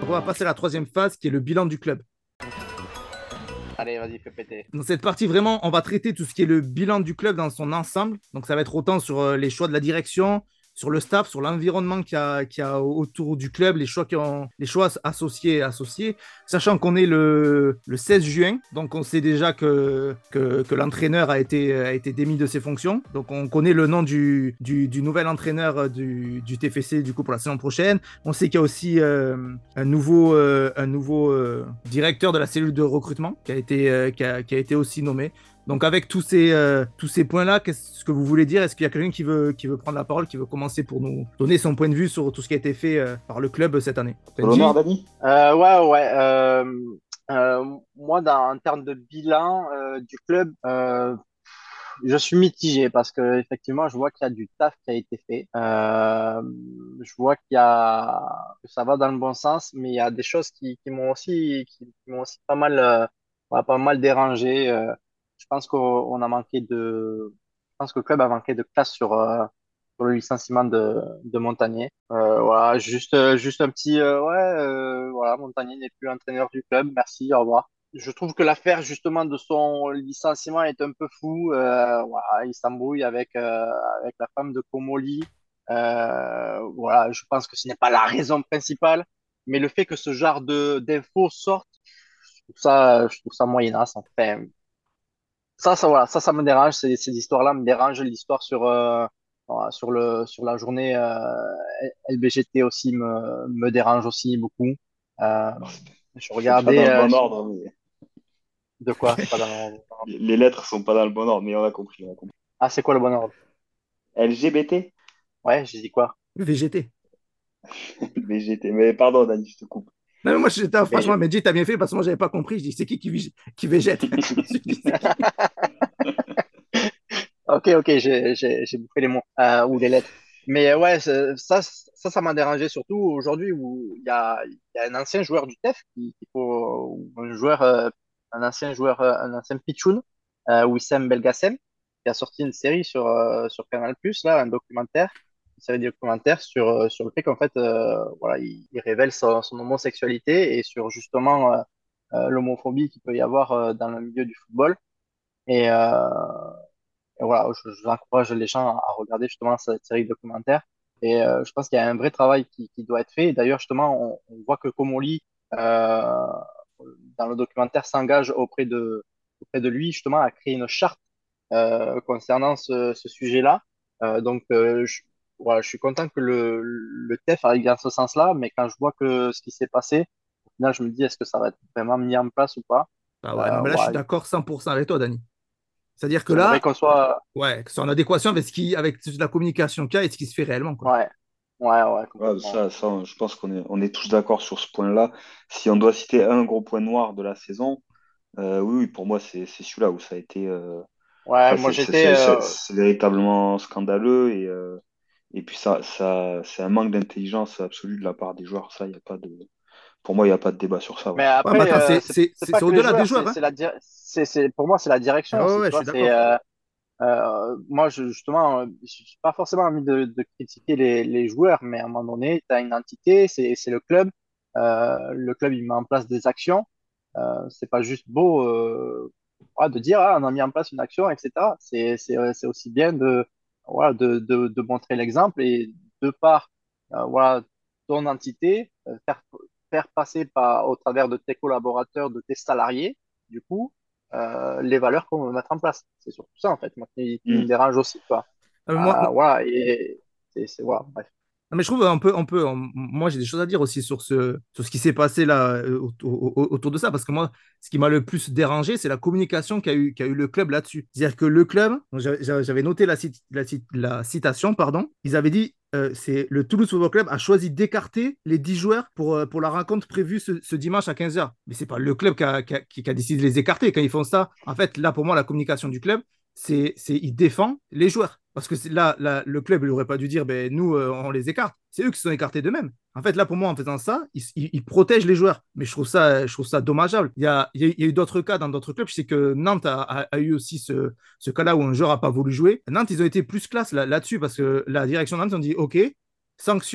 Donc, on va passer à la troisième phase qui est le bilan du club. Allez, vas-y, fais péter. Dans cette partie, vraiment, on va traiter tout ce qui est le bilan du club dans son ensemble. Donc, ça va être autant sur les choix de la direction, sur le staff, sur l'environnement qu'il y a autour du club, les choix associés, sachant qu'on est le 16 juin, donc on sait déjà que l'entraîneur a été démis de ses fonctions. Donc, on connaît le nom du nouvel entraîneur du TFC du coup, pour la saison prochaine. On sait qu'il y a aussi un nouveau directeur de la cellule de recrutement qui a été aussi nommé. Donc avec tous ces points-là, qu'est-ce que vous voulez dire? Est-ce qu'il y a quelqu'un qui veut prendre la parole, qui veut commencer pour nous donner son point de vue sur tout ce qui a été fait par le club cette année? Sur l'honneur, Benji? Dani? Ouais. Moi, en termes de bilan du club, je suis mitigé parce que effectivement, je vois qu'il y a du taf qui a été fait. Je vois que ça va dans le bon sens, mais il y a des choses qui m'ont aussi pas mal dérangé. Je pense qu'on a manqué de, je pense que le club a manqué de classe sur le licenciement de Montagnier. Voilà, juste un petit, voilà, Montagnier n'est plus entraîneur du club. Merci, au revoir. Je trouve que l'affaire justement de son licenciement est un peu fou. Voilà, il s'embrouille avec la femme de Comoli. Voilà, je pense que ce n'est pas la raison principale, mais le fait que ce genre de d'infos sortent, je trouve ça moyenasse. Enfin, voilà, ça me dérange. Ces histoires-là me dérangent. L'histoire voilà, sur la journée LBGT aussi me dérange aussi beaucoup. Euh, je C'est pas dans regardais le bon ordre, mais de quoi? C'est pas dans le... les lettres sont pas dans le bon ordre, mais on a compris, on a compris. Ah, c'est quoi le bon ordre? LGBT? Ouais, j'ai dit quoi? VGT. VGT. Mais pardon, Dani, je te coupe. Non, mais moi, franchement, BG. Benji, t'as bien fait parce que moi, j'avais pas compris. Je dis, c'est qui végète? Je dis, c'est qui? Ok, j'ai bouffé les mots ou les lettres. Mais ouais, ça m'a dérangé surtout aujourd'hui où il y a un ancien joueur du TEF ou un ancien pitchoun, Wissam Belgacem, qui a sorti une série sur Canal+, là, un documentaire, une série de documentaires sur le fait qu'en fait, voilà, il révèle son homosexualité et sur justement l'homophobie qu'il peut y avoir dans le milieu du football. Et, et voilà, je encourage les gens à regarder justement cette série de documentaires. Et je pense qu'il y a un vrai travail qui doit être fait. Et d'ailleurs, justement, on voit que Comoli, euh, dans le documentaire, s'engage auprès de lui, justement, à créer une charte concernant ce sujet-là. Donc, voilà, je suis content que le TEF aille dans ce sens-là, mais quand je vois que ce qui s'est passé, au final, je me dis, est-ce que ça va être vraiment mis en place ou pas? Ah ouais, non, mais là, je suis Voilà, d'accord 100% avec toi, Dani. C'est-à-dire que j'aimerais là, qu'on soit... ouais, que c'est en adéquation avec la communication qu'il y a et ce qui se fait réellement, quoi. Ouais, ouais, Ouais, complètement. je pense qu'on est tous d'accord sur ce point-là. Si on doit citer un gros point noir de la saison, oui, oui, pour moi, c'est celui-là où ça a été. Ouais, Enfin, moi j'étais. c'est véritablement scandaleux et puis c'est un manque d'intelligence absolue de la part des joueurs. Ça, il y a pas de, pour moi, il n'y a pas de débat sur ça. Mais Ouais. Ouais, mais après, attends, c'est c'est c'est- pas c'est que les au-delà des joueurs, joueurs, hein. pour moi, c'est la direction Ah ouais, aussi, ouais, tu je vois. suis d'accord. Moi, justement, j'ai pas forcément envie de critiquer les joueurs, mais à un moment donné, tu as une entité, c'est le club. Le club, il met en place des actions. C'est pas juste beau voilà, de dire, ah, on a mis en place une action, etc. C'est aussi bien voilà, de montrer l'exemple et de par voilà, ton entité, faire passer au travers de tes collaborateurs, de tes salariés, du coup, les valeurs qu'on veut mettre en place. C'est surtout ça, en fait, moi, qui me Hmm. dérange aussi, quoi. Moi, Voilà, et voilà, bref. non, mais je trouve moi j'ai des choses à dire aussi sur ce qui s'est passé là autour de ça, parce que moi, ce qui m'a le plus dérangé, c'est la communication qu'a eu le club là-dessus. C'est-à-dire que le club, donc j'avais noté la citation, pardon, ils avaient dit, c'est le Toulouse Football Club a choisi d'écarter les 10 joueurs pour la rencontre prévue ce dimanche à 15h. Mais c'est pas le club qui a décidé de les écarter. Quand ils font ça, en fait, là, pour moi, la communication du club, il défend les joueurs. Parce que là, le club, il n'aurait pas dû dire, ben, nous, on les écarte. C'est eux qui se sont écartés d'eux-mêmes. En fait, là, pour moi, en faisant ça, ils protègent les joueurs. Mais je trouve ça dommageable. Il y a eu d'autres cas dans d'autres clubs. Je sais que Nantes a eu aussi ce cas-là où un joueur n'a pas voulu jouer. Nantes, ils ont été plus classe là-dessus parce que la direction de Nantes, ils ont dit, OK, sanction,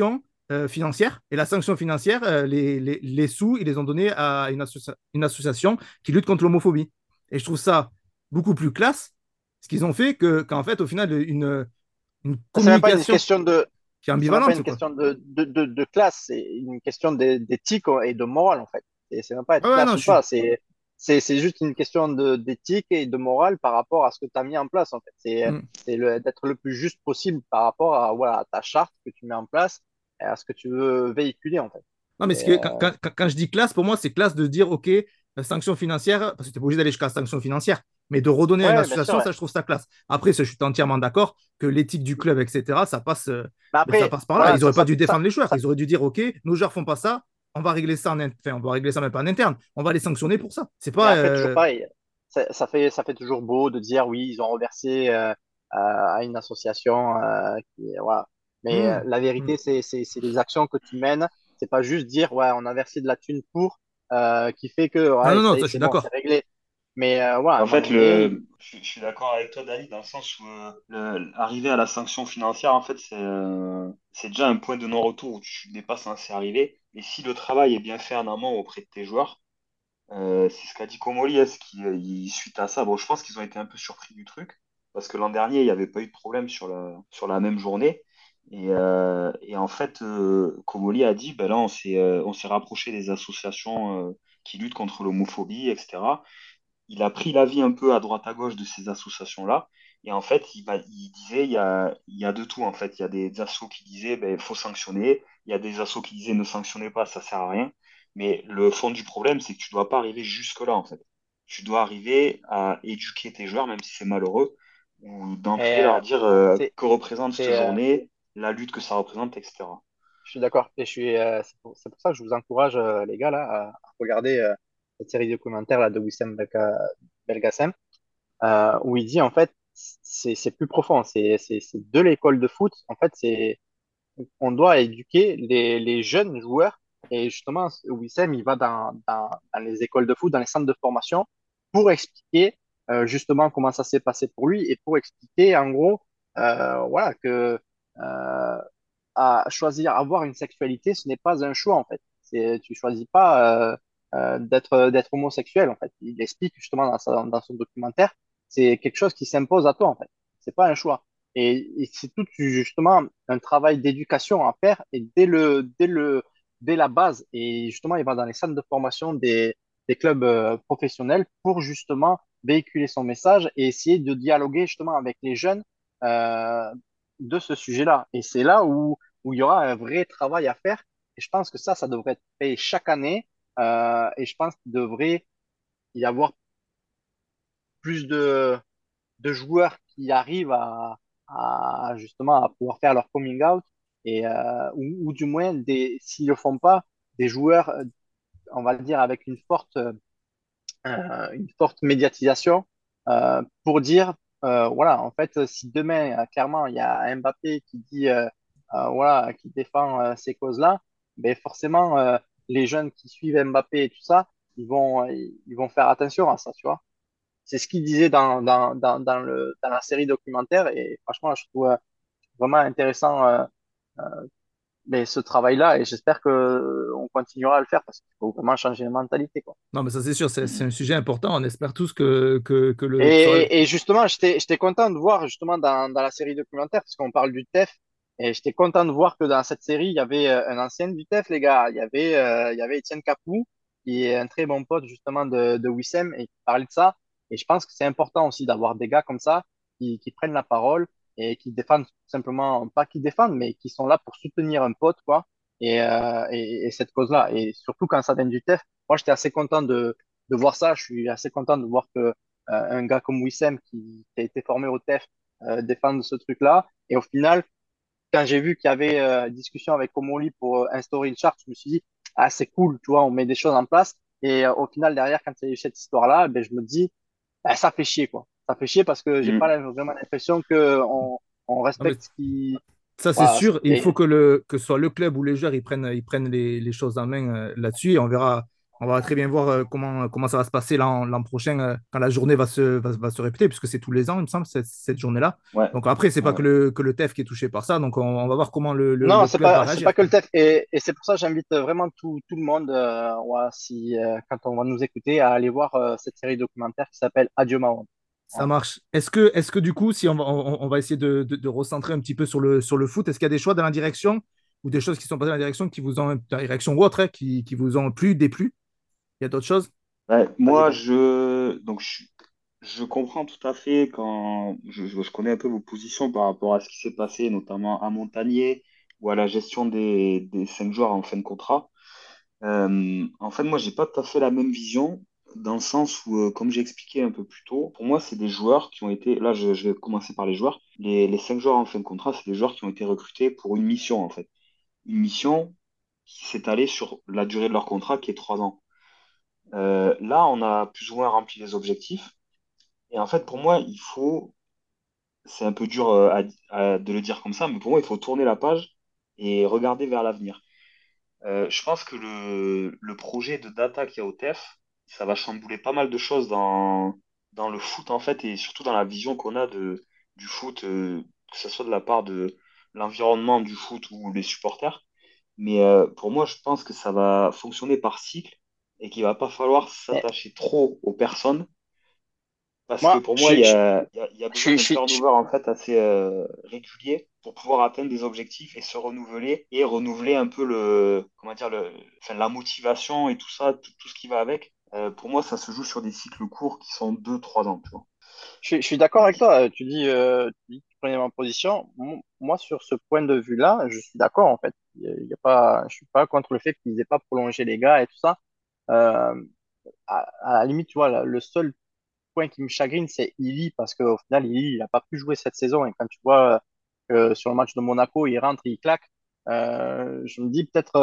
financière. Et la sanction financière, les sous, ils les ont donnés à une association qui lutte contre l'homophobie. Et je trouve ça beaucoup plus classe, ce qu'ils ont fait, qu'en fait, au final, une C'est même pas une communication question de, qui est c'est même pas ambivalente, une quoi. question de classe, c'est une question d'éthique et de morale, en fait. Et c'est même pas être Ah ouais, non, classe je ou pas, suis. c'est juste une question d'éthique et de morale par rapport à ce que tu as mis en place, en fait. Hmm. D'être le plus juste possible par rapport à, voilà, à ta charte que tu mets en place et à ce que tu veux véhiculer, en fait. Non, mais Et, quand je dis classe, pour moi, c'est classe de dire, OK, sanction financière, parce que tu n'es pas obligé d'aller jusqu'à la sanction financière, mais de redonner à une ouais, bien sûr, association, ouais. ça, je trouve ça classe. Après, je suis entièrement d'accord que l'éthique du club, etc., Mais ben, ça après, passe par là. voilà, Ils n'auraient pas dû défendre les joueurs. Ils auraient dû dire, OK, nos joueurs font pas ça, on va régler ça enfin, on va régler ça même pas en interne. On va les sanctionner pour ça. C'est mais pas. après, toujours pareil, ça fait toujours beau de dire oui, ils ont reversé à une association voilà. Mais Hmm, la hmm. vérité, c'est les actions que tu mènes. C'est pas juste dire ouais, on a versé de la thune pour qui fait que Non, ouais, non, ça non, y est, ça, je c'est suis bon, c'est d'accord. réglé. Mais voilà, à En un moment fait, donné, je suis d'accord avec toi, Dani, dans le sens où arriver à la sanction financière, en fait, c'est déjà un point de non-retour où tu n'es pas censé arriver. Et si le travail est bien fait en amont auprès de tes joueurs, c'est ce qu'a dit Comoli, suite à ça. Bon, je pense qu'ils ont été un peu surpris du truc, parce que l'an dernier, il n'y avait pas eu de problème sur la même journée. Et en fait, Comoli a dit, ben là, on s'est rapproché des associations qui luttent contre l'homophobie, etc. Il a pris l'avis un peu à droite à gauche de ces associations-là. Et en fait, il disait, il y a de tout, en fait. Il y a des assos qui disaient, ben, il faut sanctionner. Il y a des assos qui disaient, ne sanctionnez pas, ça sert à rien. Mais le fond du problème, c'est que tu dois pas arriver jusque-là, en fait. Tu dois arriver à éduquer tes joueurs, même si c'est malheureux, ou d'entrée mais leur dire c'est que représente cette c'est journée, la lutte que ça représente, etc. je suis d'accord. Et c'est pour ça que je vous encourage, les gars, là, à regarder cette série documentaire là, de Wissem Belgacem, où il dit, en fait, c'est plus profond. C'est de l'école de foot. En fait, on doit éduquer les jeunes joueurs. Et justement, Wissem, il va dans les écoles de foot, dans les centres de formation, pour expliquer justement comment ça s'est passé pour lui et pour expliquer, en gros, voilà, que à choisir, avoir une sexualité, ce n'est pas un choix en fait. Tu choisis pas d'être homosexuel en fait. Il explique justement dans son documentaire, c'est quelque chose qui s'impose à toi en fait. C'est pas un choix. Et c'est tout justement un travail d'éducation à faire et dès la base. Et justement, il va dans les centres de formation des clubs professionnels pour justement véhiculer son message et essayer de dialoguer justement avec les jeunes euh, de ce sujet-là. Et c'est là où il y aura un vrai travail à faire. Et je pense que ça devrait être fait chaque année. Et je pense qu'il devrait y avoir plus de joueurs qui arrivent justement à pouvoir faire leur coming out et ou du moins s'ils le font pas, des joueurs, on va le dire avec une forte médiatisation pour dire voilà, en fait, si demain, clairement, il y a Mbappé qui dit voilà, qui défend ces causes-là, ben forcément, les jeunes qui suivent Mbappé et tout ça, ils vont faire attention à ça, tu vois. C'est ce qu'il disait dans la série documentaire et franchement, je trouve vraiment intéressant mais ce travail-là et j'espère que on continuera à le faire parce qu'il faut vraiment changer les mentalités, quoi. Non, mais ça, c'est sûr, c'est Mhm. un sujet important. On espère tous Et justement, j'étais content de voir justement dans la série documentaire, parce qu'on parle du TEF, et j'étais content de voir que dans cette série, il y avait un ancien du TEF, les gars. Il y avait Étienne Capou, qui est un très bon pote justement de Wissem, et qui parlait de ça. Et je pense que c'est important aussi d'avoir des gars comme ça qui prennent la parole et qui défendent tout simplement, pas qui défendent, mais qui sont là pour soutenir un pote, quoi, et cette cause-là. Et surtout quand ça vient du TEF, moi, j'étais assez content de voir ça. Je suis assez content de voir que un gars comme Wissem qui a été formé au TEF défendre ce truc-là. Et au final, quand j'ai vu qu'il y avait discussion avec Omoli pour instaurer une charte, je me suis dit, ah, c'est cool, tu vois, on met des choses en place. Et au final, derrière, quand il y a eu cette histoire-là, ben, je me dis, ah, ça fait chier, quoi. Ça fait chier parce que j'ai pas Mhm. vraiment l'impression que on non, mais respecte ce qui, ça, c'est voilà. sûr. Il faut que ce soit le club ou les joueurs, ils prennent les choses en main là-dessus. Et on verra. On va très bien voir comment ça va se passer l'an prochain quand la journée va se répéter, puisque c'est tous les ans, il me semble, cette journée-là. Ouais, Donc après, c'est pas ouais. que le TEF qui est touché par ça. Donc on va voir comment Non, le club va c'est pas réagir, que le quoi. TEF. Et c'est pour ça que j'invite vraiment tout le monde, ouais, si, quand on va nous écouter, à aller voir cette série documentaire qui s'appelle Adieu Maroc. Ça marche. Est-ce que du coup, si on va essayer de recentrer un petit peu sur le foot, est-ce qu'il y a des choix dans la direction ou des choses qui sont passées dans la direction qui vous ont, dans la direction ou autre, hein, qui vous ont plu, déplu? Il y a d'autres choses? Ouais, Vas-y, moi, vas-y. je comprends tout à fait quand je connais un peu vos positions par rapport à ce qui s'est passé, notamment à Montagnier ou à la gestion des 5 joueurs en fin de contrat. En fait, moi, j'ai pas tout à fait la même vision dans le sens où, comme j'ai expliqué un peu plus tôt, pour moi, c'est des joueurs qui ont été, là, je vais commencer par les joueurs. Les 5 joueurs en fin de contrat, c'est des joueurs qui ont été recrutés pour une mission, en fait. Une mission qui s'est allée sur la durée de leur contrat, qui est 3 ans. Là, on a plus ou moins rempli les objectifs. Et en fait, pour moi, c'est un peu dur de le dire comme ça, mais pour moi, il faut tourner la page et regarder vers l'avenir. Je pense que le projet de data qu'il y a au TEF, ça va chambouler pas mal de choses dans le foot, en fait, et surtout dans la vision qu'on a du foot, que ce soit de la part de l'environnement du foot ou les supporters. Mais pour moi, je pense que ça va fonctionner par cycle et qu'il va pas falloir Mais s'attacher trop aux personnes parce que moi, pour moi, il y a besoin d'un je suis- turnover en fait assez régulier pour pouvoir atteindre des objectifs et se renouveler et renouveler un peu comment dire, enfin, la motivation et tout ça, tout ce qui va avec. Pour moi, ça se joue sur des cycles courts qui sont 2, 3 ans, tu vois. je suis d'accord avec toi. Tu dis que tu prenais ma position. Moi, sur ce point de vue-là, je suis d'accord, en fait. Il y a pas, je suis pas contre le fait qu'ils aient pas prolongé les gars et tout ça. Euh, à la limite, tu vois, le seul point qui me chagrine, c'est Illy, parce qu'au final, Illy, il n'a pas pu jouer cette saison. Et quand tu vois sur le match de Monaco, il rentre, il claque, je me dis peut-être,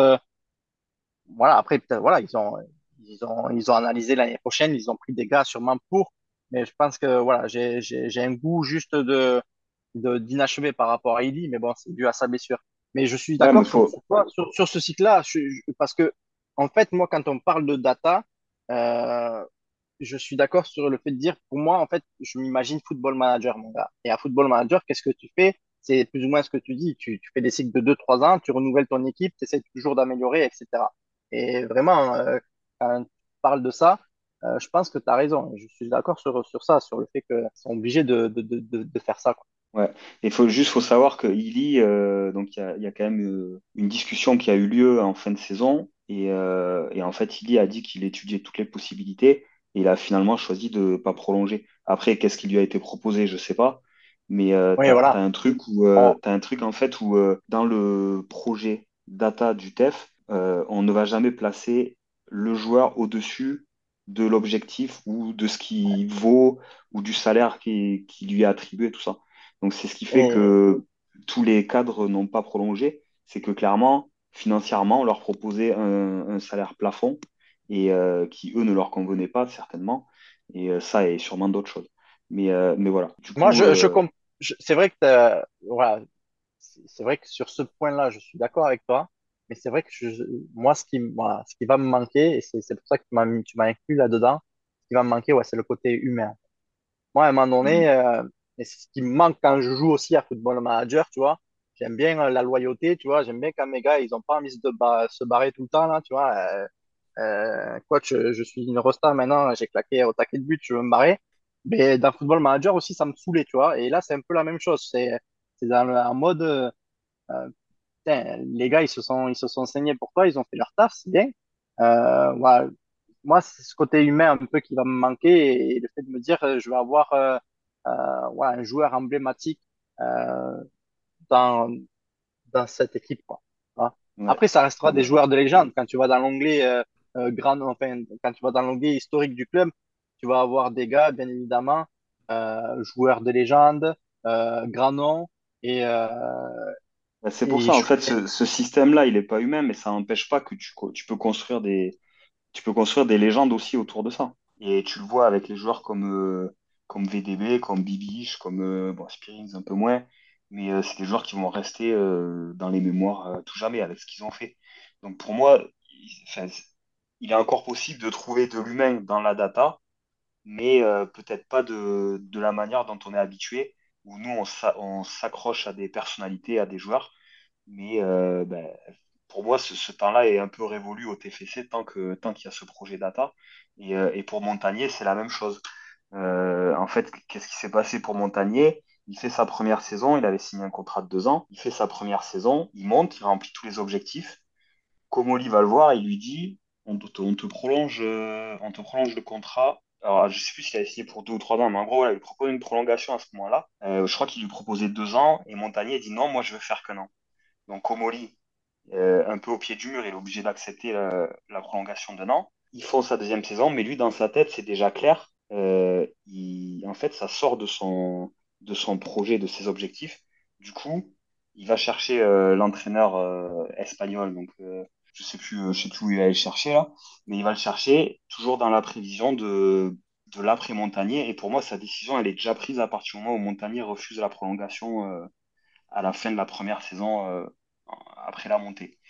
voilà, après, peut-être, voilà, ils ont analysé l'année prochaine, ils ont pris des gars sûrement pour, mais je pense que, voilà, j'ai un goût juste d'inachevé par rapport à Illy, mais bon, c'est dû à sa blessure. Mais je suis Ouais, mais d'accord faut. sur ce cycle-là, parce que, en fait, moi, quand on parle de data, euh, je suis d'accord sur le fait de dire, pour moi, en fait, je m'imagine football manager, mon gars. Et à football manager, qu'est-ce que tu fais? C'est plus ou moins ce que tu dis. Tu fais des cycles de 2, 3 ans, tu renouvelles ton équipe, tu essaies toujours d'améliorer, etc. Et vraiment, quand tu parles de ça, je pense que tu as raison. Je suis d'accord sur ça, sur le fait qu'ils sont obligés de faire ça, quoi. Ouais. Il faut savoir que Illy, donc il y a quand même une discussion qui a eu lieu en fin de saison et en fait Illy a dit qu'il étudiait toutes les possibilités et il a finalement choisi de pas prolonger. Après, qu'est-ce qui lui a été proposé, je sais pas, mais Oui, t'as voilà. un truc On- t'as un truc en fait où dans le projet data du TEF, on ne va jamais placer le joueur au-dessus de l'objectif ou de ce qu'il vaut ou du salaire qui lui est attribué, tout ça. Donc c'est ce qui fait et, que tous les cadres n'ont pas prolongé. C'est que clairement, financièrement, on leur proposait un salaire plafond et qui, eux, ne leur convenait pas, certainement. Et ça et sûrement d'autres choses. Mais voilà. Du Moi, coup, c'est vrai que voilà, c'est vrai que sur ce point-là, je suis d'accord avec toi, mais c'est vrai que moi, ce qui va me manquer, et c'est pour ça que tu m'as inclus là-dedans, ce qui va me manquer, ouais, c'est le côté humain. Moi, à un moment donné, et c'est ce qui me manque quand je joue aussi à Football Manager, tu vois, j'aime bien la loyauté, tu vois, j'aime bien quand mes gars, ils ont pas envie se barrer tout le temps, là, tu vois. Coach, je suis une rosta maintenant, j'ai claqué au taquet de but, je veux me barrer. Mais dans Football Manager aussi, ça me saoulait, tu vois. Et là, c'est un peu la même chose. C'est en mode, putain, les gars, ils se sont saignés pour toi, ils ont fait leur taf, c'est bien. Voilà. Moi, c'est ce côté humain un peu qui va me manquer et le fait de me dire, je vais avoir ouais, un joueur emblématique euh, dans, dans cette équipe, quoi. Voilà. ouais, Après, ça restera des ouais. joueurs de légende. Quand tu vas dans l'onglet enfin, quand tu vas dans l'onglet historique du club, tu vas avoir des gars, bien évidemment, joueurs de légende, grands noms et, Bah, c'est pour et ça, en je- fait, ce système-là, il n'est pas humain, mais ça n'empêche pas que tu peux construire des légendes aussi autour de ça. Et tu le vois avec les joueurs comme VDB, comme Bibiche, comme bon, Spearings un peu moins, mais c'est des joueurs qui vont rester dans les mémoires à tout jamais avec ce qu'ils ont fait. Donc pour moi, enfin, il est encore possible de trouver de l'humain dans la data, mais peut-être pas de la manière dont on est habitué, où nous, on s'accroche à des personnalités, à des joueurs. Mais ben, pour moi, ce temps-là est un peu révolu au TFC tant qu'il y a ce projet data. Et pour Montagnier, c'est la même chose. En fait, qu'est-ce qui s'est passé pour Montagnier? Il fait sa première saison, il avait signé un contrat de 2 ans. Il fait sa première saison, il monte, il remplit tous les objectifs. Comoli va le voir et il lui dit, on te prolonge le contrat. Alors, je sais plus s'il avait signé pour 2 ou 3 ans, mais en gros, voilà, il lui propose une prolongation à ce moment-là. Je crois qu'il lui proposait 2 ans et Montagnier dit non, moi je veux faire qu'un an. Donc Comoli, un peu au pied du mur, il est obligé d'accepter la prolongation d'1 an. Ils font sa deuxième saison, mais lui, dans sa tête, c'est déjà clair. En fait, ça sort de son projet, de ses objectifs. Du coup, il va chercher l'entraîneur espagnol. Donc, je sais plus où il va aller chercher là, mais il va le chercher toujours dans la prévision de l'après-Montagnier. Et pour moi, sa décision, elle est déjà prise à partir du moment où Montagnier refuse la prolongation à la fin de la première saison après la montée.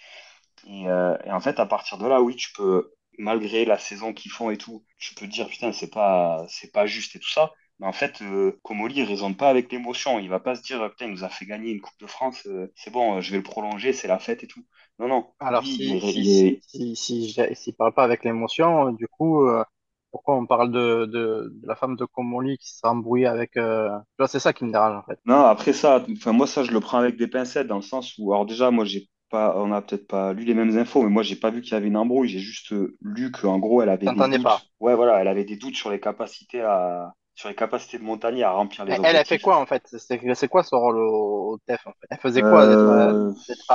Et en fait, à partir de là, oui, tu peux, malgré la saison qu'ils font et tout, tu peux dire, putain, c'est pas juste et tout ça. Mais en fait, Comoli, il raisonne pas avec l'émotion. Il va pas se dire, putain, il nous a fait gagner une Coupe de France, c'est bon, je vais le prolonger, c'est la fête et tout. Non, non. Alors, Lui, il est... s'il parle pas avec l'émotion, du coup, pourquoi on parle de la femme de Comoli qui s'est embrouillée avec. Tu vois, c'est ça qui me dérange, en fait. Non, après ça, enfin, moi, ça, je le prends avec des pincettes dans le sens où, alors déjà, moi, j'ai pas, on a peut-être pas lu les mêmes infos, mais moi, j'ai pas vu qu'il y avait une embrouille. J'ai juste lu qu'en gros, elle avait des T'entendais pas. doutes. Ouais, voilà, elle avait des doutes sur les capacités de Montagnier à remplir les Elle a fait objectifs. quoi, en fait? C'est quoi son rôle au TEF, en fait? Elle faisait quoi Euh,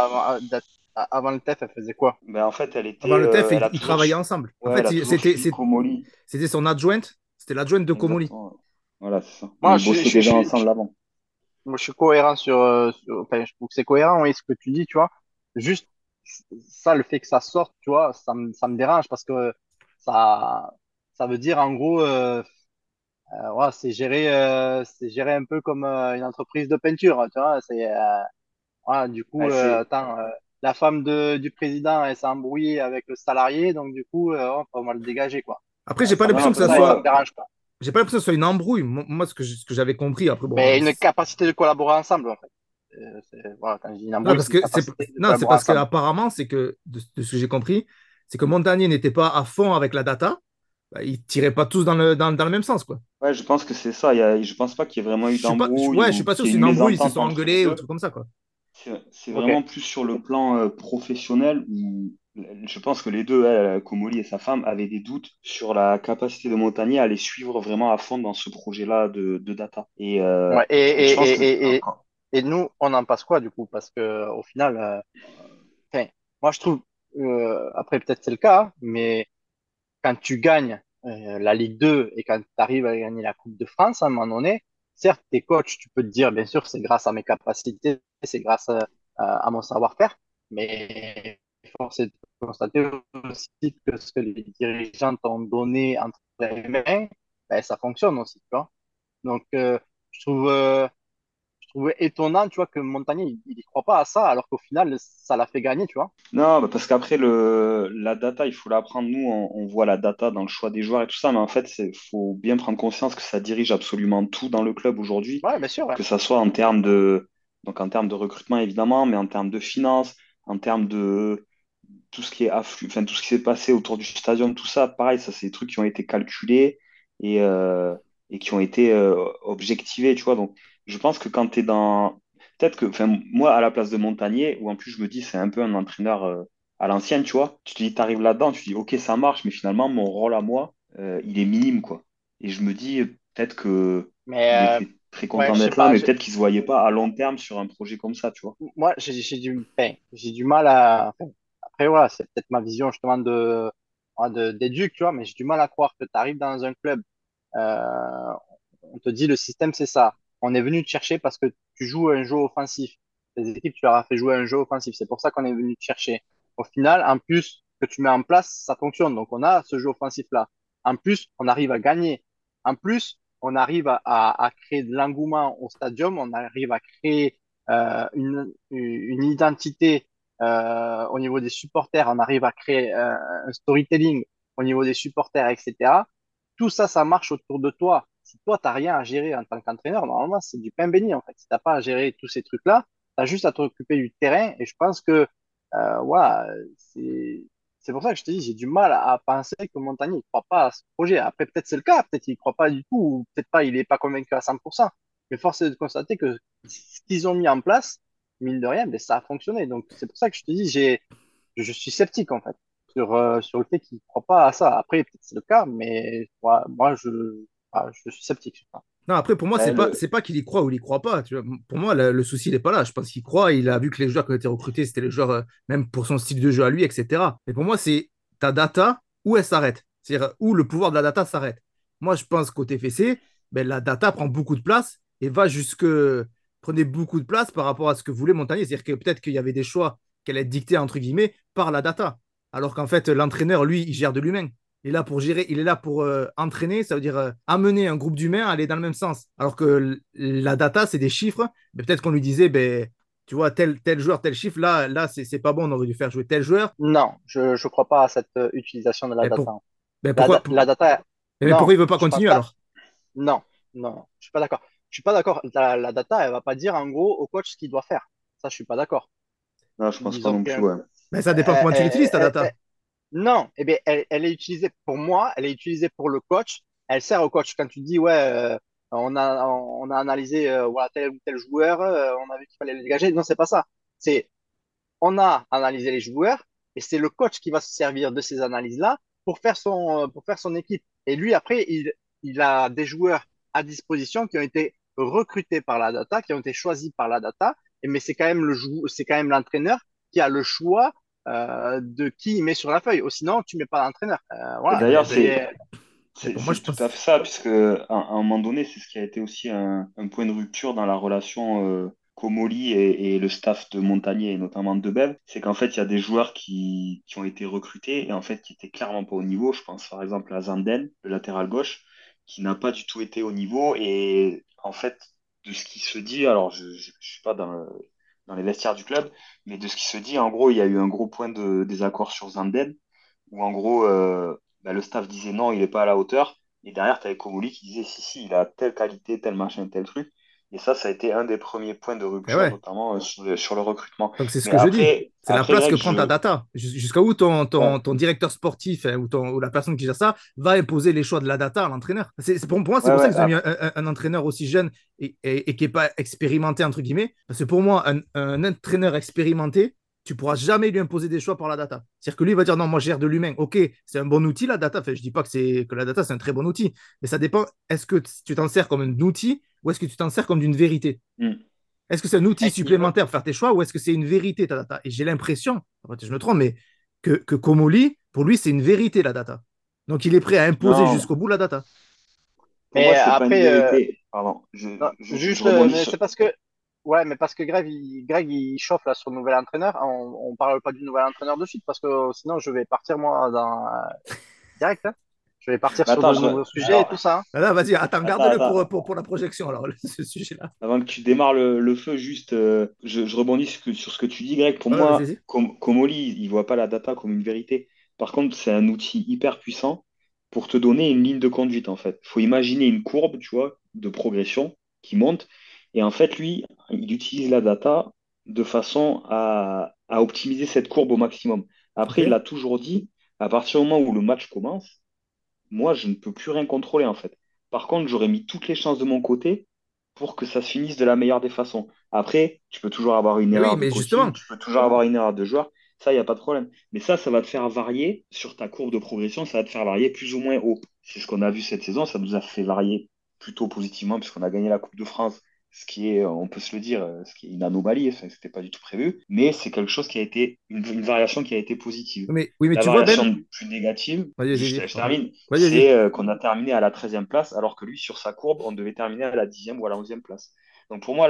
avant le TEF, elle faisait quoi? ben, en fait, Avant le TEF, elle a ils toujours, travaillaient ensemble. En ouais, elle fait, a toujours suivi Comoli. c'était son adjointe, c'était l'adjointe de Comoli. Exactement. Voilà, c'est ça. Mais Moi, ils bossaient déjà ensemble avant. moi, je suis cohérent enfin, je trouve que c'est cohérent, oui, ce que tu dis, tu vois. Juste, ça, le fait que ça sorte, tu vois, ça me dérange parce que ça, ça veut dire, en gros, ouais, c'est géré un peu comme une entreprise de peinture, tu vois. Ouais, du coup, Ouais, c'est, attends, la femme du président, elle s'est embrouillée avec le salarié, donc du coup, on va le dégager, quoi. Après, j'ai pas non, l'impression que ça Ça me soit, moi, dérange, quoi. j'ai pas l'impression que ce soit une embrouille. Moi, ce que j'avais compris, après, bon, Ben, une capacité de collaborer ensemble, en fait. Voilà, quand je dis une non, embrouille, parce c'est une que capacité de non, c'est collaborer parce que ensemble. apparemment, c'est que de ce que j'ai compris, c'est que Montagnier n'était pas à fond avec la data. Bah, ils tiraient pas tous dans le même sens, quoi. ouais, je pense que c'est ça. Je pense pas qu'il y ait vraiment eu Ouais, d'embrouille je suis ou pas sûr que qu'il y c'est ait une une embrouille, ils se mésentente sont entre les engueulés ou un deux. truc comme ça, quoi. C'est Ok. vraiment plus sur le plan professionnel où je pense que les deux, Comoli et sa femme, avaient des doutes sur la capacité de Montagnier à les suivre vraiment à fond dans ce projet-là de data. Ouais, Et je pense que et nous, on en passe quoi, du coup? Parce que, au final, enfin, moi, je trouve, après, peut-être c'est le cas, hein, mais quand tu gagnes la Ligue 2 et quand tu arrives à gagner la Coupe de France, à un moment donné, certes, tes coachs, tu peux te dire, bien sûr, c'est grâce à mes capacités, c'est grâce à mon savoir-faire, mais force est de constater aussi que ce que les dirigeants t'ont donné entre les mains, ben, ça fonctionne aussi, tu vois. Donc, je trouve, je trouvais étonnant, tu vois, que Montagnier, il y croit pas à ça, alors qu'au final, ça l'a fait gagner, tu vois. non, bah parce qu'après la data, il faut l'apprendre. Nous, on voit la data dans le choix des joueurs et tout ça, mais en fait, faut bien prendre conscience que ça dirige absolument tout dans le club aujourd'hui, Ouais, bien sûr, ouais. que ça soit donc en termes de recrutement évidemment, mais en termes de finances, en termes de tout ce qui est afflu, enfin tout ce qui s'est passé autour du stadium, tout ça, pareil, ça c'est des trucs qui ont été calculés et, euh, et qui ont été objectivés, tu vois. Donc, je pense que quand tu es dans, peut-être que, enfin, moi, à la place de Montagnier, ou en plus, je me dis, c'est un peu un entraîneur à l'ancienne, tu vois. Tu te dis, t'arrives là-dedans, tu te dis, ok, ça marche, mais finalement, mon rôle à moi, il est minime, quoi. Et je me dis, peut-être que il Mais, était très ouais, content je sais d'être là, pas, mais peut-être qu'il se voyait pas à long terme sur un projet comme ça, tu vois. moi, enfin, j'ai du mal à. Enfin, après, voilà, c'est peut-être ma vision justement d'éduc, tu vois, mais j'ai du mal à croire que tu arrives dans un club, euh, on te dit le système c'est ça. On est venu te chercher parce que tu joues un jeu offensif. Les équipes, tu leur as fait jouer un jeu offensif. C'est pour ça qu'on est venu te chercher. Au final, en plus que tu mets en place, ça fonctionne. Donc, on a ce jeu offensif-là. En plus, on arrive à gagner. En plus, on arrive à créer de l'engouement au stadium. On arrive à créer une identité au niveau des supporters, on arrive à créer un storytelling au niveau des supporters, etc. Tout ça, ça marche autour de toi. Si toi, tu n'as rien à gérer en tant qu'entraîneur, normalement, c'est du pain béni, en fait. Si tu n'as pas à gérer tous ces trucs-là, tu as juste à t'occuper du terrain. Et je pense que, voilà, c'est, c'est pour ça que je te dis, j'ai du mal à penser que Montagnier ne croit pas à ce projet. Après, peut-être c'est le cas, peut-être qu'il ne croit pas du tout, ou peut-être pas, il n'est pas convaincu à 100%. Mais force est de constater que ce qu'ils ont mis en place, mine de rien, ben, ça a fonctionné. Donc, c'est pour ça que je te dis, je suis sceptique, en fait, sur le fait qu'ils ne croient pas à ça. Après, peut-être c'est le cas, mais moi, je suis sceptique sur ça. Non, après, pour moi, Euh, le, c'est pas qu'il y croit ou il y croit pas. Tu vois. Pour moi, le souci, il n'est pas là. Je pense qu'il croit. Il a vu que les joueurs qui ont été recrutés, c'était les joueurs, même pour son style de jeu à lui, etc. Mais pour moi, c'est ta data, où elle s'arrête. C'est-à-dire où le pouvoir de la data s'arrête. Moi, je pense qu'au TFC, ben, la data prend beaucoup de place et va jusque. Prenait beaucoup de place par rapport à ce que voulait Montagnier. C'est-à-dire que peut-être qu'il y avait des choix qu'elle est dictés, entre guillemets, par la data. Alors qu'en fait, l'entraîneur, lui, il gère de l'humain. Il est là pour gérer, il est là pour entraîner, ça veut dire amener un groupe d'humains à aller dans le même sens. Alors que la data, c'est des chiffres, mais peut-être qu'on lui disait, ben, tu vois, tel joueur, tel chiffre, là c'est pas bon, on aurait dû faire jouer tel joueur. non, je ne crois pas à cette utilisation de la Ben, data. ben, pourquoi, La data, mais non, pourquoi il veut pas je pense continuer pas. alors? Non, non, je suis pas d'accord. Je suis pas d'accord. La data, elle va pas dire en gros au coach ce qu'il doit faire. Ça, je suis pas d'accord. Non, je pense Ils pas ont non pris plus, un. ouais. Ben, ça dépend comment tu l'utilises, ta data. Non, eh bien, elle est utilisée pour moi, elle est utilisée pour le coach. Elle sert au coach quand tu dis, ouais, on a analysé voilà, tel ou tel joueur, on a vu qu'il fallait le dégager. Non, c'est pas ça. C'est, on a analysé les joueurs et c'est le coach qui va se servir de ces analyses-là pour faire son équipe. Et lui, après, il a des joueurs à disposition qui ont été recrutés par la data, qui ont été choisis par la data. Mais c'est quand même c'est quand même l'entraîneur qui a le choix de qui il met sur la feuille. Ou sinon, tu mets pas l'entraîneur. Et Voilà. d'ailleurs, Ben, pour moi, c'est je tout à pense. fait ça, puisque à un moment donné, c'est ce qui a été aussi un point de rupture dans la relation Comoli et le staff de Montagnier, et notamment de Bev. C'est qu'en fait, il y a des joueurs qui ont été recrutés et en fait qui étaient clairement pas au niveau. Je pense par exemple à Zanden, le latéral gauche, qui n'a pas du tout été au niveau. Et en fait, de ce qui se dit, alors je suis pas dans les vestiaires du club, mais de ce qui se dit, en gros, il y a eu un gros point de désaccord sur Zanden où en gros, bah, le staff disait non, il n'est pas à la hauteur. Et derrière, tu avais Komoli qui disait si, si, il a telle qualité, tel machin, tel truc. Et ça a été un des premiers points de Ben rupture, ouais. notamment sur le recrutement. Donc c'est ce Mais que je dis. C'est la après place que Greg, prend ta data. Jusqu'à où ouais, ton directeur sportif hein, ou la personne qui gère ça va imposer les choix de la data à l'entraîneur. Pour moi, c'est ouais, pour ça ouais, qu'ils ont mis un entraîneur aussi jeune et qui n'est pas expérimenté, entre guillemets. Parce que pour moi, un entraîneur expérimenté, tu ne pourras jamais lui imposer des choix par la data. C'est-à-dire que lui va dire non, moi je gère de l'humain. Ok, c'est un bon outil la data. Enfin, je ne dis pas que la data c'est un très bon outil, mais ça dépend. Est-ce que tu t'en sers comme un outil ou est-ce que tu t'en sers comme d'une vérité? hmm. Est-ce que c'est un outil Il veut, supplémentaire pour faire tes choix ou est-ce que c'est une vérité, ta data? Et j'ai l'impression, je me trompe, mais que Komoli, pour lui, c'est une vérité, la data. Donc, il est prêt à imposer Non, jusqu'au bout la data. pour moi, mais c'est pas une après, vérité. Pardon, non, je juste, rebondis mais sur. c'est parce que, ouais, mais parce que Greg, il chauffe là sur le nouvel entraîneur. On parle pas du nouvel entraîneur de suite parce que sinon je vais partir moi dans direct. Hein. Je vais partir Mais sur attends, de nouveaux sujets et alors, tout ça. Hein. Là, vas-y, attends, attends, garde-le attends. pour la projection, alors, ce sujet-là. Avant que tu démarres le feu, juste, je rebondis sur ce que tu dis, Greg. Pour Ouais, vas-y, moi, vas-y. Comoli, il voit pas la data comme une vérité. Par contre, c'est un outil hyper puissant pour te donner une ligne de conduite, en fait. Il faut imaginer une courbe, tu vois, de progression qui monte. Et en fait, lui, il utilise la data de façon à optimiser cette courbe au maximum. Ok. Après, il a toujours dit, à partir du moment où le match commence, moi, je ne peux plus rien contrôler, en fait. Par contre, j'aurais mis toutes les chances de mon côté pour que ça se finisse de la meilleure des façons. Après, tu peux toujours avoir une Mais oui, erreur de mais coaching, justement, tu peux toujours avoir une erreur de joueur. Ça, il n'y a pas de problème. Mais ça va te faire varier sur ta courbe de progression, ça va te faire varier plus ou moins haut. C'est ce qu'on a vu cette saison, ça nous a fait varier plutôt positivement puisqu'on a gagné la Coupe de France, ce qui est, on peut se le dire, ce qui est une anomalie, enfin, c'était pas du tout prévu. Mais c'est quelque chose qui a été, une variation qui a été positive. oui, mais La tu vois, Ben, variation plus négative, vas-y, vas-y, juste, vas-y, je pardon. termine, Vas-y, vas-y. c'est qu'on a terminé à la 13e place, alors que lui, sur sa courbe, on devait terminer à la 10e ou à la 11e place. Donc pour moi,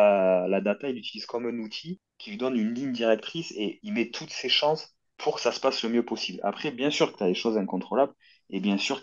la data, il l'utilise comme un outil qui lui donne une ligne directrice et il met toutes ses chances pour que ça se passe le mieux possible. Après, bien sûr que tu as des choses incontrôlables et bien sûr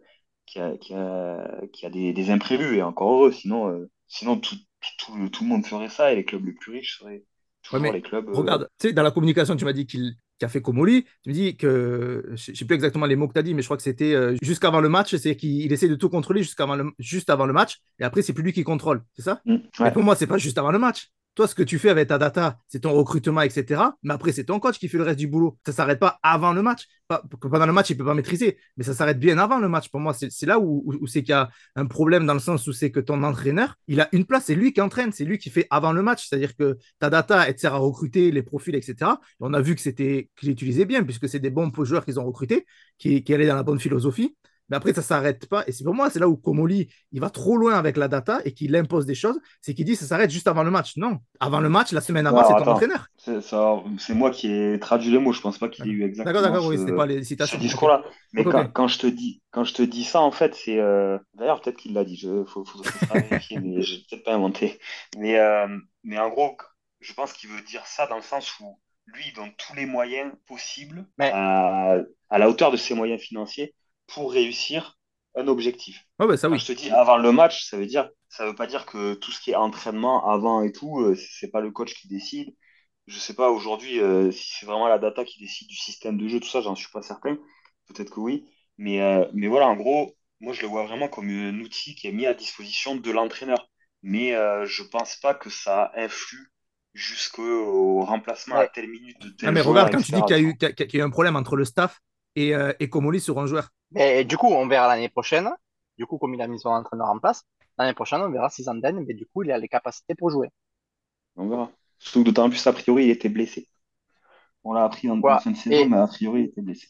qu'il y a des imprévus et encore heureux, sinon tout le monde ferait ça et les clubs les plus riches Ouais, Toujours mais les clubs. regarde, tu sais, dans la communication, tu m'as dit qu'il a fait Comoli. Tu me dis que, je ne sais plus exactement les mots que tu as dit, mais je crois que c'était jusqu'avant le match, c'est qu'il essaie de tout contrôler juste avant le match, et après, c'est plus lui qui contrôle, c'est ça? Mais Ouais. pour moi, c'est pas juste avant le match. Toi, ce que tu fais avec ta data, c'est ton recrutement, etc. Mais après, c'est ton coach qui fait le reste du boulot. Ça ne s'arrête pas avant le match. Pendant le match, il ne peut pas maîtriser, mais ça s'arrête bien avant le match. Pour moi, c'est là où c'est qu'il y a un problème dans le sens où c'est que ton entraîneur, il a une place, c'est lui qui entraîne, c'est lui qui fait avant le match. C'est-à-dire que ta data, elle te sert à recruter les profils, etc. Et on a vu que qu'il utilisait bien, puisque c'est des bons joueurs qu'ils ont recrutés, qui allaient dans la bonne philosophie. Mais après, ça ne s'arrête pas. Et c'est pour moi, c'est là où Komoli, il va trop loin avec la data et qu'il impose des choses. C'est qu'il dit que ça s'arrête juste avant le match. Non. Avant le match, la semaine avant, Non, c'est ton attends. entraîneur. C'est moi qui ai traduit les mots. Je pense pas qu'il ait D'accord, eu d'accord, exactement d'accord, oui, c'était pas les ce citations. Ok, discours-là. ok, Mais ok. quand je te dis ça, en fait, c'est. D'ailleurs, peut-être qu'il l'a dit. Ce sera vérifié, mais je vais peut-être pas inventé. Mais, euh, mais en gros, je pense qu'il veut dire ça dans le sens où lui, il donne tous les moyens possibles Mais à la hauteur de ses moyens financiers pour réussir un objectif. Ouais, ouais, ça Quand je oui. te dis avant le match, ça veut pas dire que tout ce qui est entraînement avant et tout, c'est pas le coach qui décide. Je sais pas aujourd'hui si c'est vraiment la data qui décide du système de jeu, tout ça, j'en suis pas certain. Peut-être que oui. Mais voilà, en gros, moi je le vois vraiment comme un outil qui est mis à disposition de l'entraîneur. Mais je pense pas que ça influe jusqu'au remplacement à mais telle minute de Non, tel mais joueur, regarde, quand tu dis etc. Tu vois. qu'il y a eu un problème entre le staff et Komoli sur un joueur. Mais du coup, on verra l'année prochaine. Du coup, comme il a mis son entraîneur en place, l'année prochaine, on verra si Zanden, mais du coup, il a les capacités pour jouer. On verra. Surtout que d'autant plus, a priori, il était blessé. On l'a appris en Voilà. fin de saison, mais a priori, il était blessé.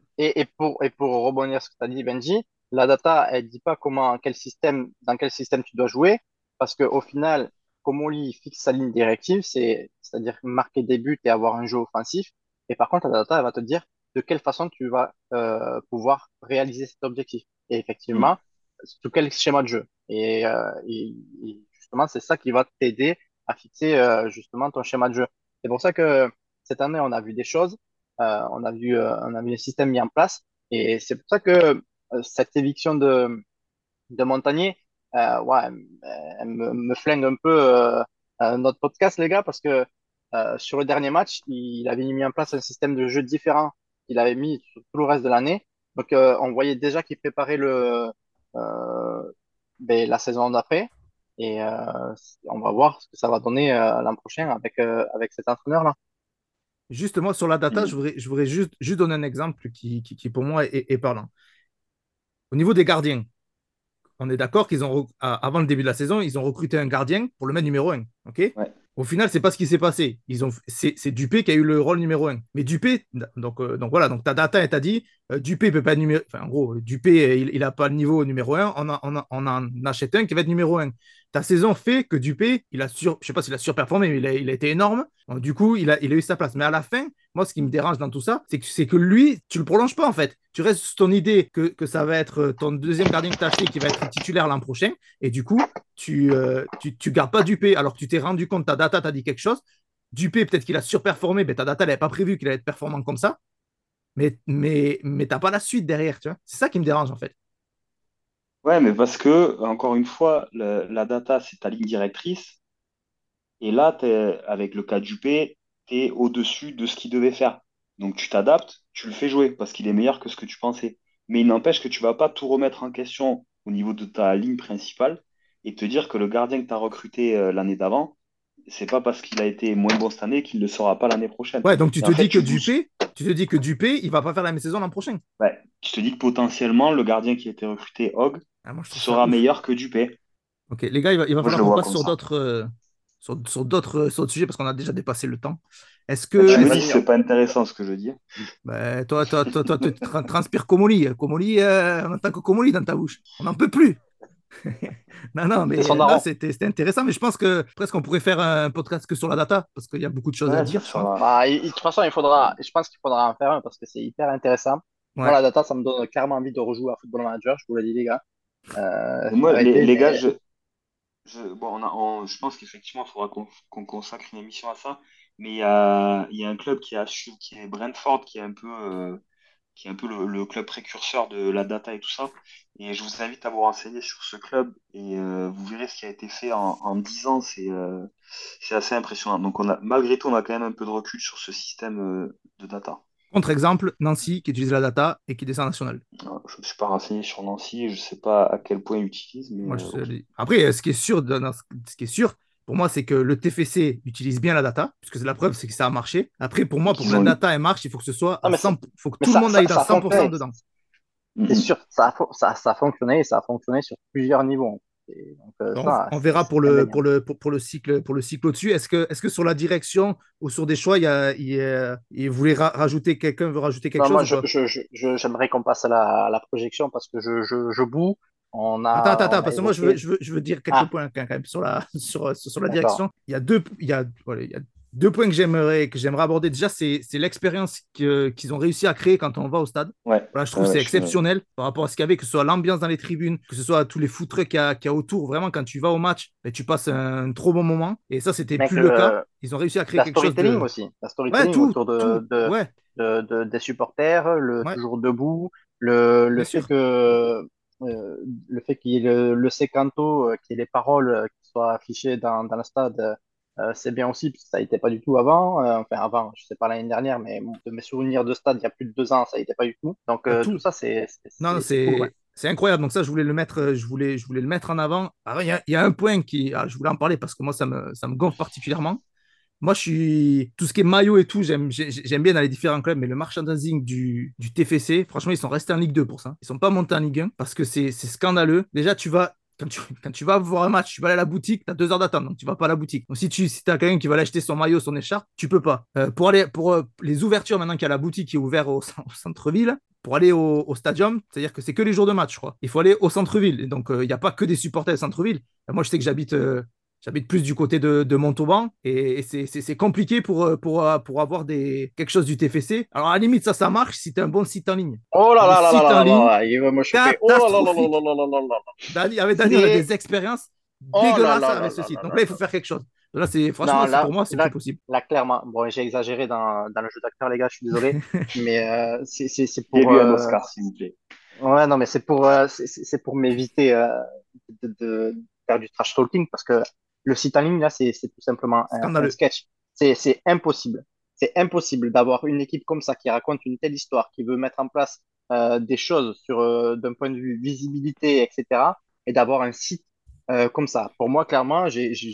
Et pour rebondir sur ce que tu as dit, Benji, la data, elle dit pas dans quel système tu dois jouer, parce qu'au final, comment lui fixe sa ligne directive, c'est-à-dire marquer des buts et avoir un jeu offensif. Et par contre, la data, elle va te dire de quelle façon tu vas pouvoir réaliser cet objectif. Et Hmm. effectivement, sous quel schéma de jeu. Et justement, c'est ça qui va t'aider à fixer justement ton schéma de jeu. C'est pour ça que cette année, on a vu des choses on a vu le système mis en place. Et c'est pour ça que cette éviction de Montagnier, ouais, me flingue un peu notre podcast, les gars, parce que sur le dernier match, il avait mis en place un système de jeu différent qu'il avait mis sur tout le reste de l'année. Donc, on voyait déjà qu'il préparait la saison d'après. Et on va voir ce que ça va donner l'an prochain avec cet entraîneur-là. Justement, sur la data, Hmm. je voudrais juste donner un exemple qui pour moi, est parlant. Au niveau des gardiens, on est d'accord avant le début de la saison, ils ont recruté un gardien pour le mettre numéro un. OK? Ouais. Au final, c'est pas ce qui s'est passé. C'est Dupé qui a eu le rôle numéro un. Mais Dupé, donc voilà, donc ta data, elle t'a dit, Dupé peut pas être numéro. Enfin, en gros, Dupé, il a pas le niveau numéro un. On en achète un qui va être numéro un. Ta saison fait que Dupé, je sais pas s'il a surperformé, mais il a été énorme. Donc, du coup, il a eu sa place. Mais à la fin, moi, ce qui me dérange dans tout ça, c'est que lui, tu le prolonges pas en fait. Tu restes sur ton idée que ça va être ton deuxième gardien que tu as acheté qui va être titulaire l'an prochain. Et du coup, tu gardes pas Dupé alors que tu t'es rendu compte, ta data t'a dit quelque chose. Dupé, peut-être qu'il a surperformé, mais ta data n'avait pas prévu qu'il allait être performant comme ça. Mais t'as pas la suite derrière, tu vois. C'est ça qui me dérange en fait. Ouais, mais parce que, encore une fois, la data, c'est ta ligne directrice. Et là, avec le cas d'UP, tu es au-dessus de ce qu'il devait faire. Donc tu t'adaptes, tu le fais jouer parce qu'il est meilleur que ce que tu pensais. Mais il n'empêche que tu vas pas tout remettre en question au niveau de ta ligne principale et te dire que le gardien que tu as recruté l'année d'avant, c'est pas parce qu'il a été moins bon cette année qu'il ne le sera pas l'année prochaine. Ouais, donc Et en fait, Tu te dis que Dupé, il va pas faire la même saison l'an prochain. ouais, tu te dis que potentiellement, le gardien qui a été recruté, Hog, Ah, moi, je trouve ça sera ouf. meilleur que Dupé. Ok, les gars, il va Moi, je falloir le qu'on vois passe comme ça. sur d'autres sujets parce qu'on a déjà dépassé le temps. Est-ce Tu que, Ouais, me est-ce, dis que vas-y, c'est pas intéressant ce que je dis. bah, tu transpires Comoli. Comoli, en tant que Comoli dans ta bouche. On n'en peut plus. Non, non, c'est son mais là, daron. c'était intéressant, mais je pense que presque on pourrait faire un podcast que sur la data, parce qu'il y a beaucoup de choses à Ouais, ça dire, je pense. sera. Bah, de toute façon, je pense qu'il faudra en faire un parce que c'est hyper intéressant. Moi, Ouais. la data, ça me donne carrément envie de rejouer à Football Manager, je vous le dis, les gars. Et Faut moi, arrêter, les gars, mais bon, je pense qu'effectivement, il faudra qu'on consacre une émission à ça. Mais il y a un club qui est Brentford, qui est un peu qui est un peu le club précurseur de la data et tout ça. Et je vous invite à vous renseigner sur ce club et vous verrez ce qui a été fait en 10 ans. C'est assez impressionnant. Donc malgré tout, on a quand même un peu de recul sur ce système de data. Contre-exemple, Nancy qui utilise la data et qui descend en national. Je ne me suis pas renseigné sur Nancy, je ne sais pas à quel point ils utilisent, mais Moi, ok. après, ce qui est sûr, ce qui est sûr, pour moi, c'est que le TFC utilise bien la data, puisque la preuve, c'est que ça a marché. Après, pour moi, pour que Qu'ils la ont eu. data elle marche, il faut que ce soit Non, à 100, il faut que mais tout le monde aille dans ça a 100% fonctionné. dedans. C'est Mhm. sûr, ça a fonctionné et ça a fonctionné sur plusieurs niveaux. Et donc, ça, On verra c'est indéniable. pour le cycle au-dessus. Est-ce que sur la direction ou sur des choix, il voulait rajouter quelqu'un veut rajouter quelque Non, chose moi, ou pas? j'aimerais qu'on passe à la projection parce que je boue. Attends, On a parce que moi, évoqué. je veux dire quelques Ah, points quand même sur sur la d'accord. direction. Il y a deux points que j'aimerais aborder. Déjà, c'est l'expérience qu'ils ont réussi à créer quand on va au stade. Ouais, Voilà, je trouve ouais, que ouais, c'est je suis. exceptionnel par rapport à ce qu'il y avait, que ce soit l'ambiance dans les tribunes, que ce soit tous les foot trucks qu'il y a autour. Vraiment, quand tu vas au match, ben, tu passes un trop bon moment. Et ça, c'était Mec, plus le cas. Ils ont réussi à créer la quelque chose storytelling de. aussi. La Ouais, storytelling autour tout. Ouais, des supporters, le ouais, toujours debout, le bien fait sûr. le fait qu'il y ait le sécanto, qu'il y ait les paroles qui soient affichées dans le stade, c'est bien aussi, parce que ça n'était pas du tout avant. Enfin, avant, je sais pas l'année dernière, mais de mes souvenirs de stade, il y a plus de 2 ans, ça n'était pas du tout. Donc, tout Tout, ça, Non, c'est cool, ouais. c'est incroyable. Donc ça, je voulais le mettre, je voulais le mettre en avant. Alors, il y a un point je voulais en parler parce que moi, ça me gonfle particulièrement. Moi, tout ce qui est maillot et tout, j'aime bien dans les différents clubs, mais le merchandising du TFC, franchement, ils sont restés en Ligue 2 pour ça. Ils sont pas montés en Ligue 1 parce que c'est scandaleux. Déjà, quand tu vas voir un match, tu vas aller à la boutique, tu as 2 heures d'attente, donc tu vas pas à la boutique. Donc si tu as quelqu'un qui va aller acheter son maillot, son écharpe, tu peux pas. Pour les ouvertures, maintenant qu'il y a la boutique qui est ouverte au centre-ville, pour aller au stadium, c'est-à-dire que c'est que les jours de match, je crois. Il faut aller au centre-ville. Et donc, il n'y a pas que des supporters du centre-ville. Moi, je sais que j'habite plus du côté de Montauban et c'est compliqué pour avoir quelque chose du TFC. Alors, à la limite, ça marche si tu as un bon site en ligne. Oh Mais là les là là là sites là en là là ligne, là, il va me chauffer. Oh là là là là là catastrophiques. là là là là là. Avec Dani, on a C'est, des expériences oh là dégueulasses là là avec ce là site. là Donc là là, il faut là. faire quelque chose. Là, Non, franchement, pour moi, c'est plus possible. là, clairement, bon, j'ai exagéré dans le jeu d'acteur, les gars, je suis désolé, mais c'est J'ai pour, vu un Oscar, s'il vous plaît. ouais, non, mais c'est pour m'éviter de faire du trash talking parce que le site en ligne, là, c'est tout simplement un Scandaleux. sketch. C'est impossible. C'est impossible d'avoir une équipe comme ça qui raconte une telle histoire, qui veut mettre en place des choses d'un point de vue visibilité, etc., et d'avoir un site comme ça. Pour moi, clairement,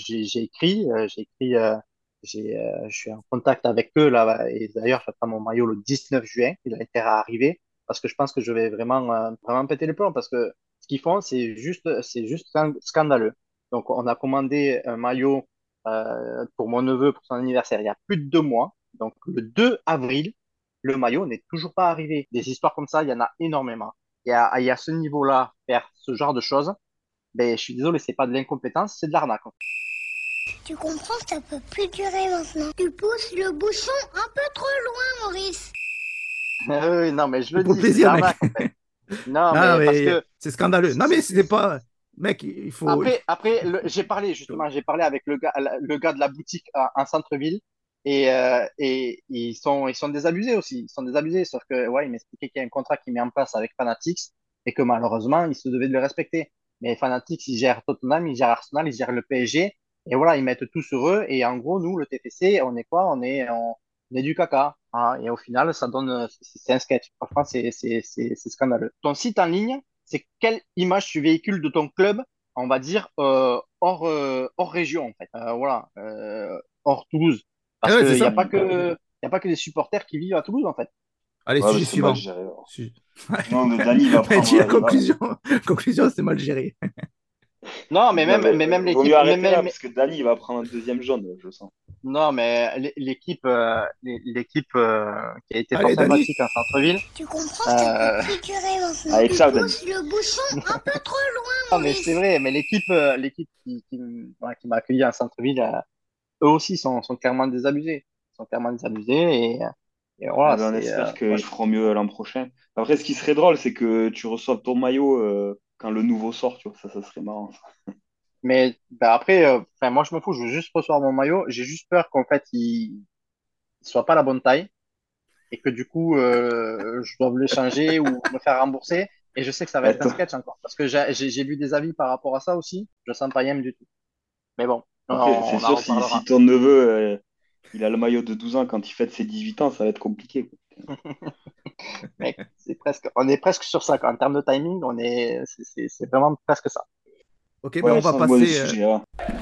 j'ai écrit, je suis en contact avec eux là, et d'ailleurs, j'attends mon maillot le 19 juin. Il a intérêt à arriver parce que je pense que je vais vraiment péter les plombs parce que ce qu'ils font, c'est juste scandaleux. Donc, on a commandé un maillot pour mon neveu pour son anniversaire il y a plus de 2 mois. Donc, le 2 avril, le maillot n'est toujours pas arrivé. Des histoires comme ça, il y en a énormément. Et à ce niveau-là, faire ce genre de choses, ben, je suis désolé, c'est pas de l'incompétence, c'est de l'arnaque. Tu comprends, ça peut plus durer maintenant. Tu pousses le bouchon un peu trop loin, Maurice. Oui, non, mais je C'est le pour le dis, c'est de plaisir, mec. l'arnaque en fait. Non, Non, mais parce mais que c'est scandaleux. Non, mais c'était pas. Mec, après, j'ai parlé avec le gars de la boutique en centre-ville et ils sont désabusés aussi. Ils sont désabusés, sauf que, ouais, il m'expliquait qu'il y a un contrat qui met en place avec Fanatics et que malheureusement, ils se devaient de le respecter. Mais Fanatics, ils gèrent Tottenham, ils gèrent Arsenal, ils gèrent le PSG et voilà, ils mettent tout sur eux. Et en gros, nous, le TFC, on est quoi? On est du caca, hein. Et au final, ça donne, c'est un sketch. Franchement, c'est scandaleux. Ton site en ligne, c'est quelle image tu véhicules de ton club, on va dire, hors région, en fait. Voilà, hors Toulouse. Ah Parce ouais, c'est qu'il n'y a ça. pas que, il y a pas que des supporters qui vivent à Toulouse, en fait. Allez, Ouais, mais sujet c'est mal suivant. géré. Su- Non, mais Dani, il va T'as dit la prendre. conclusion. Conclusion, c'est mal géré. Non, Non, mais mais même vaut mieux l'équipe, arrêter là, parce que Dani, il va prendre un deuxième jaune, je sens. non, mais l'équipe qui a été fort Allez, Dani. sympathique en centre-ville. Tu comprends, ça peut Euh, plus durer maintenant. Allez, Tu ciao, Dani. pousses le bouchon un peu trop loin, non, mais c'est Maurice. vrai, mais l'équipe ouais, qui m'a accueilli en centre-ville, eux aussi sont clairement désabusés. Ils sont clairement désabusés et Ah voilà, ben, on c'est espère moi, qu'ils feront mieux l'an prochain. Après, ce qui serait drôle, c'est que tu reçoives ton maillot quand le nouveau sort, tu vois. Ça serait marrant. mais bah, après, enfin, moi je m'en fous, je veux juste recevoir mon maillot. J'ai juste peur qu'en fait il soit pas la bonne taille et que du coup, je dois le changer ou me faire rembourser. Et je sais que ça va être un Attends. sketch encore. Parce que j'ai lu des avis par rapport à ça aussi. Je sens pas Yem du tout. Mais bon, Après, c'est on en sûr, si reparlera. ton neveu, il a le maillot de 12 ans quand il fête ses 18 ans, ça va être compliqué, quoi. Mec, on est presque sur ça, quoi. En termes de timing, c'est vraiment presque ça. Ok, ben Ouais, change-moi de sujet, là.